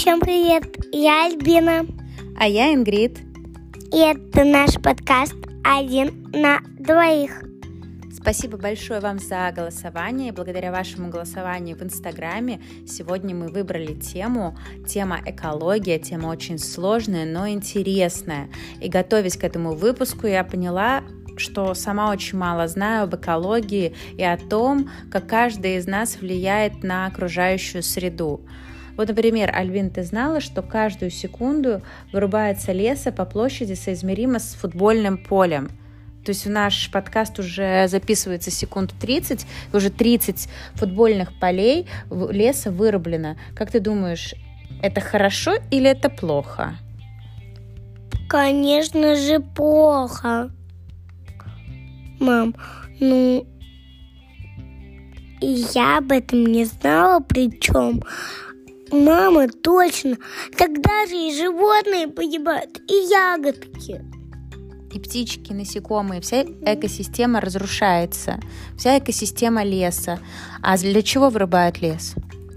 Всем привет, я Альбина. А я Ингрид. И это наш подкаст «Один на двоих». Спасибо большое вам за голосование. Благодаря вашему голосованию в Инстаграме сегодня мы выбрали тему. Тема экология, тема очень сложная, но интересная. И готовясь к этому выпуску, я поняла, что сама очень мало знаю об экологии и о том, как каждый из нас влияет на окружающую среду. Вот, например, Альбин, ты знала, что каждую секунду вырубается леса по площади соизмеримо с футбольным полем? То есть наш подкаст уже записывается секунд 30, уже 30 футбольных полей леса вырублено. Как ты думаешь, это хорошо или это плохо? Конечно же, плохо. Мам, я об этом не знала, причем... Мама, точно. Тогда же и животные погибают, и ягодки. И птички, насекомые, вся экосистема разрушается, вся экосистема леса. А для чего вырубают лес?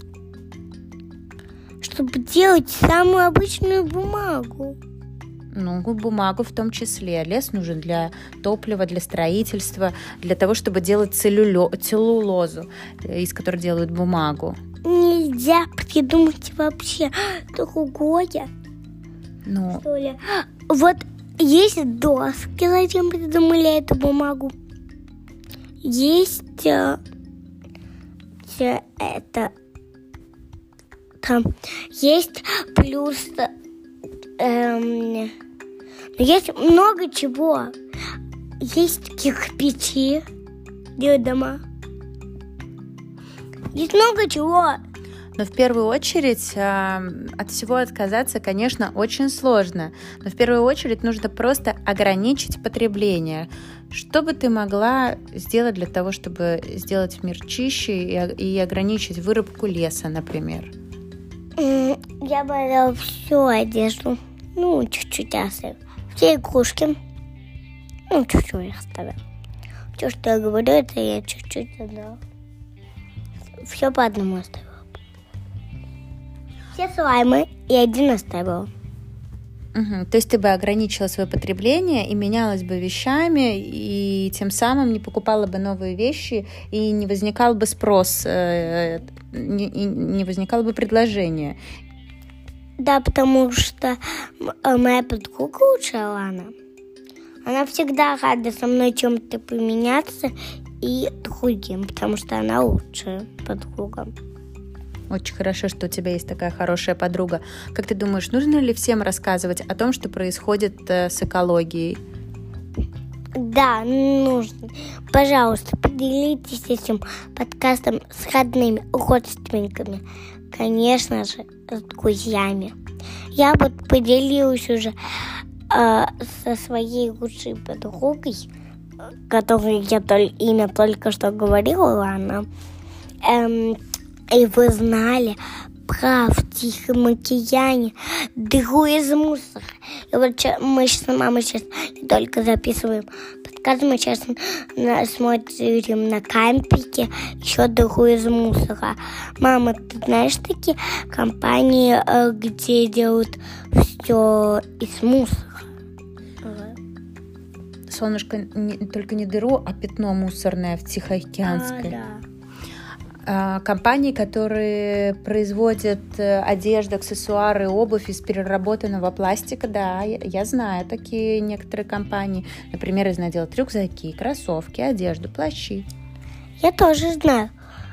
Чтобы делать самую обычную бумагу. Бумагу в том числе. Лес нужен для топлива, для строительства, для того, чтобы делать целлулозу, из которой делают бумагу. Нельзя придумать вообще другое. Что ли? Вот есть доски, зачем придумали эту бумагу. Есть там есть плюс есть много чего. Есть кирпичи для дома. Есть много чего. Но в первую очередь от всего отказаться, конечно, очень сложно. Но в первую очередь нужно просто ограничить потребление. Что бы ты могла сделать для того, чтобы сделать мир чище и ограничить вырубку леса, например? Я бы отдала всю одежду. Чуть-чуть оставила. Все игрушки. Чуть-чуть их оставила. Все, что я говорю, это я чуть-чуть отдала. Все по одному оставила. Все слаймы и один оставила. То есть ты бы ограничила свое потребление и менялась бы вещами, и тем самым не покупала бы новые вещи, и не возникал бы спрос, не возникало бы предложение. Да, потому что моя подруга учила она всегда рада со мной чем-то поменяться и другим, потому что она лучшая подруга. Очень хорошо, что у тебя есть такая хорошая подруга. Как ты думаешь, нужно ли всем рассказывать о том, что происходит с экологией? Да, нужно. Пожалуйста, поделитесь этим подкастом с родными, родственниками, конечно же, с друзьями. Я поделилась уже со своей лучшей подругой, которой я имя только что говорила, она. И вы знали про в Тихом океане дыру из мусора. И вот мы с мамой сейчас не только записываем подкаст, мы сейчас смотрим на кампике еще дыру из мусора. Мама, ты знаешь такие компании, где делают все из мусора? Солнышко, только не дыру, а пятно мусорное в Тихоокеанской. Да. Компании, которые производят одежду, аксессуары, обувь из переработанного пластика, да, я знаю такие некоторые компании. Например, я знаю делать рюкзаки, кроссовки, одежду, плащи. Я тоже знаю.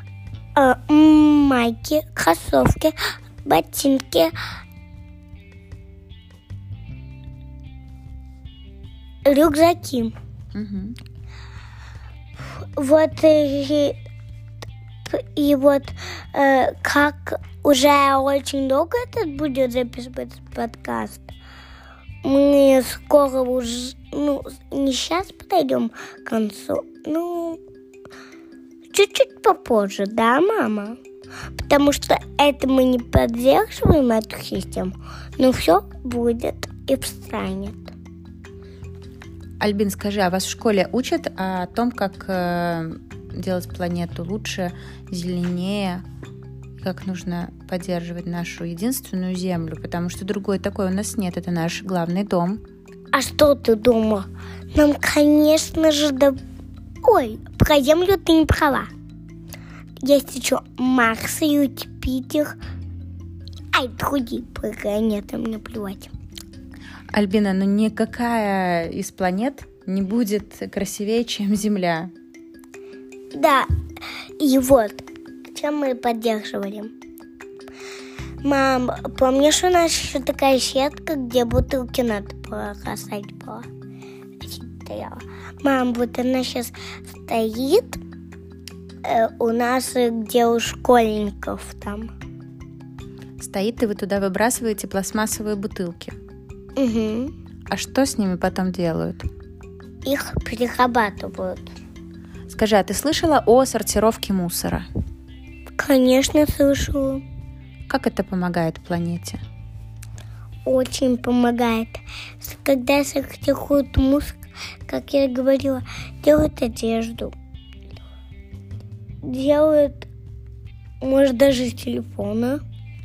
Майки, кроссовки, ботинки, рюкзаки. Угу. Вот и вот как уже очень долго этот будет записывать подкаст, мы скоро уже, не сейчас подойдем к концу, чуть-чуть попозже, да, мама? Потому что это мы не поддерживаем эту систему, но все будет и встанет. Альбин, скажи, а вас в школе учат о том, как делать планету лучше, зеленее как нужно поддерживать нашу единственную землю, потому что другой такой у нас нет, это наш главный дом. А что ты думал? Нам, конечно же, Ой, про Землю ты не права. Есть еще Марс, Юпитер. Другие планеты, мне плевать. Альбина, никакая из планет не будет красивее, чем Земля. Да, и вот, чем мы поддерживали. Мам, помнишь, у нас еще такая сетка, где бутылки надо бросать было? Мам, вот она сейчас стоит у нас, где у школьников там. Стоит, и вы туда выбрасываете пластмассовые бутылки. Угу. А что с ними потом делают? Их перерабатывают. Скажи, а ты слышала о сортировке мусора? Конечно, слышала. Как это помогает планете? Очень помогает. Когда сортируют мусор, как я говорила, делают одежду. Делают, может, даже с телефона.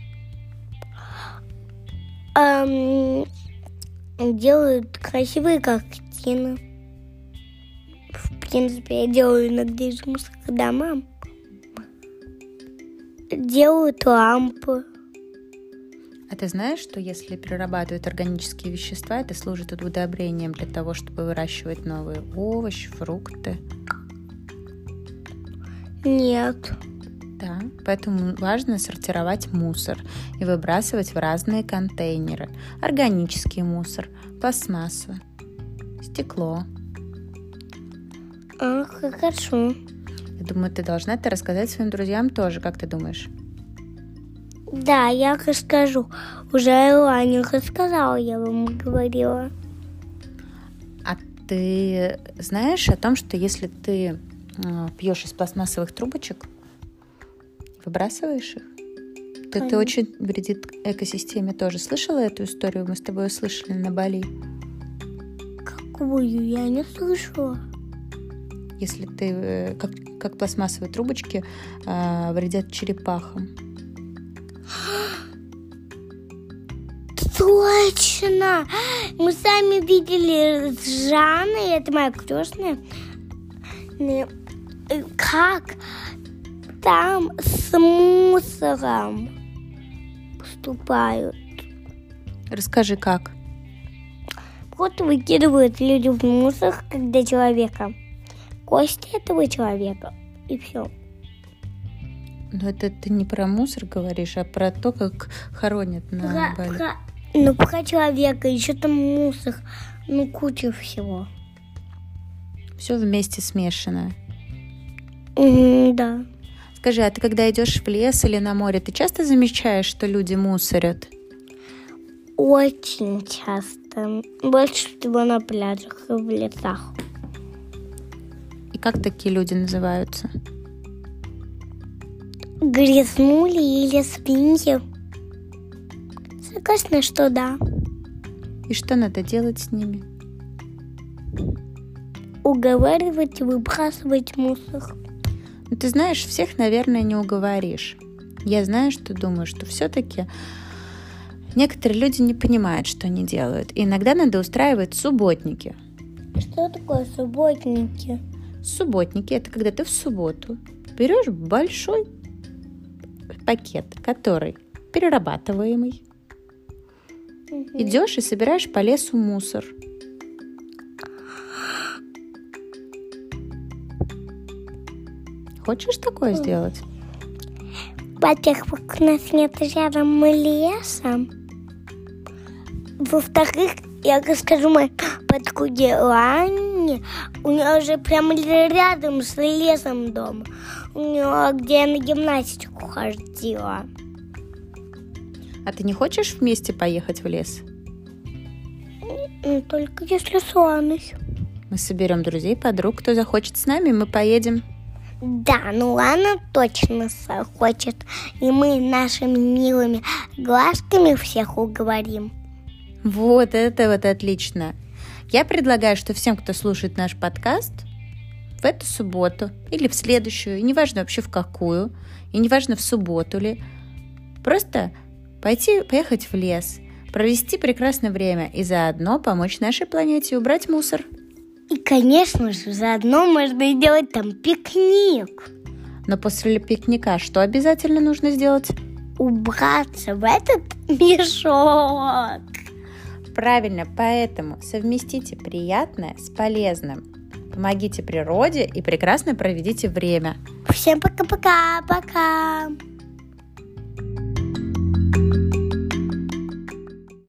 Делают красивые картины. В принципе, я делаю иногда из мусора дома. Делают лампы. А ты знаешь, что если перерабатывают органические вещества, это служит удобрением для того, чтобы выращивать новые овощи, фрукты? Нет. Да, поэтому важно сортировать мусор и выбрасывать в разные контейнеры. Органический мусор, пластмасса, стекло. Хорошо. Я думаю, ты должна это рассказать своим друзьям тоже, как ты думаешь? Да, я расскажу. Уже Илане рассказала, я вам говорила. А ты знаешь о том, что если ты пьешь из пластмассовых трубочек, выбрасываешь их, то это очень вредит экосистеме тоже. Слышала эту историю? Мы с тобой услышали на Бали. Какую? Я не слышала. Если ты, как пластмассовые трубочки, вредят черепахам. Точно! Мы сами видели с Жанной, это моя крестная, как там с мусором поступают. Расскажи, как? Вот выкидывают люди в мусор, когда человека кости этого человека, и все. Но это ты не про мусор говоришь, а про то, как хоронят на Бали. Про человека, еще там мусор, куча всего. Все вместе смешанное. Да. Скажи, а ты когда идешь в лес или на море, ты часто замечаешь, что люди мусорят? Очень часто. Больше всего на пляжах и в лесах. И как такие люди называются? Грязнули или свиньи. Согласна, что да. И что надо делать с ними? Уговаривать и выбрасывать мусор. Ну, ты знаешь, всех, наверное, не уговоришь. Я знаю, что думаю, что все-таки некоторые люди не понимают, что они делают. И иногда надо устраивать субботники. Что такое субботники? Субботники – это когда ты в субботу берешь большой пакет, который перерабатываемый, идешь и собираешь по лесу мусор. Хочешь такое сделать? Во-первых, у нас нет рядом леса. Во-вторых, я расскажу моей подруге Лане, у нее уже прямо рядом с лесом дома. У нее, где я на гимнастику ходила. А ты не хочешь вместе поехать в лес? Только если с Ланой. Мы соберем друзей, подруг, кто захочет с нами, мы поедем. Да, Лана точно хочет. И мы нашими милыми глазками всех уговорим. Вот это вот отлично. Я предлагаю, что всем, кто слушает наш подкаст, в эту субботу или в следующую, и неважно вообще в какую, и неважно в субботу ли, просто поехать в лес, провести прекрасное время и заодно помочь нашей планете убрать мусор. И, конечно же, заодно можно сделать там пикник. Но после пикника что обязательно нужно сделать? Убраться в этот мешок. Правильно, поэтому совместите приятное с полезным. Помогите природе и прекрасно проведите время. Всем пока-пока. Пока.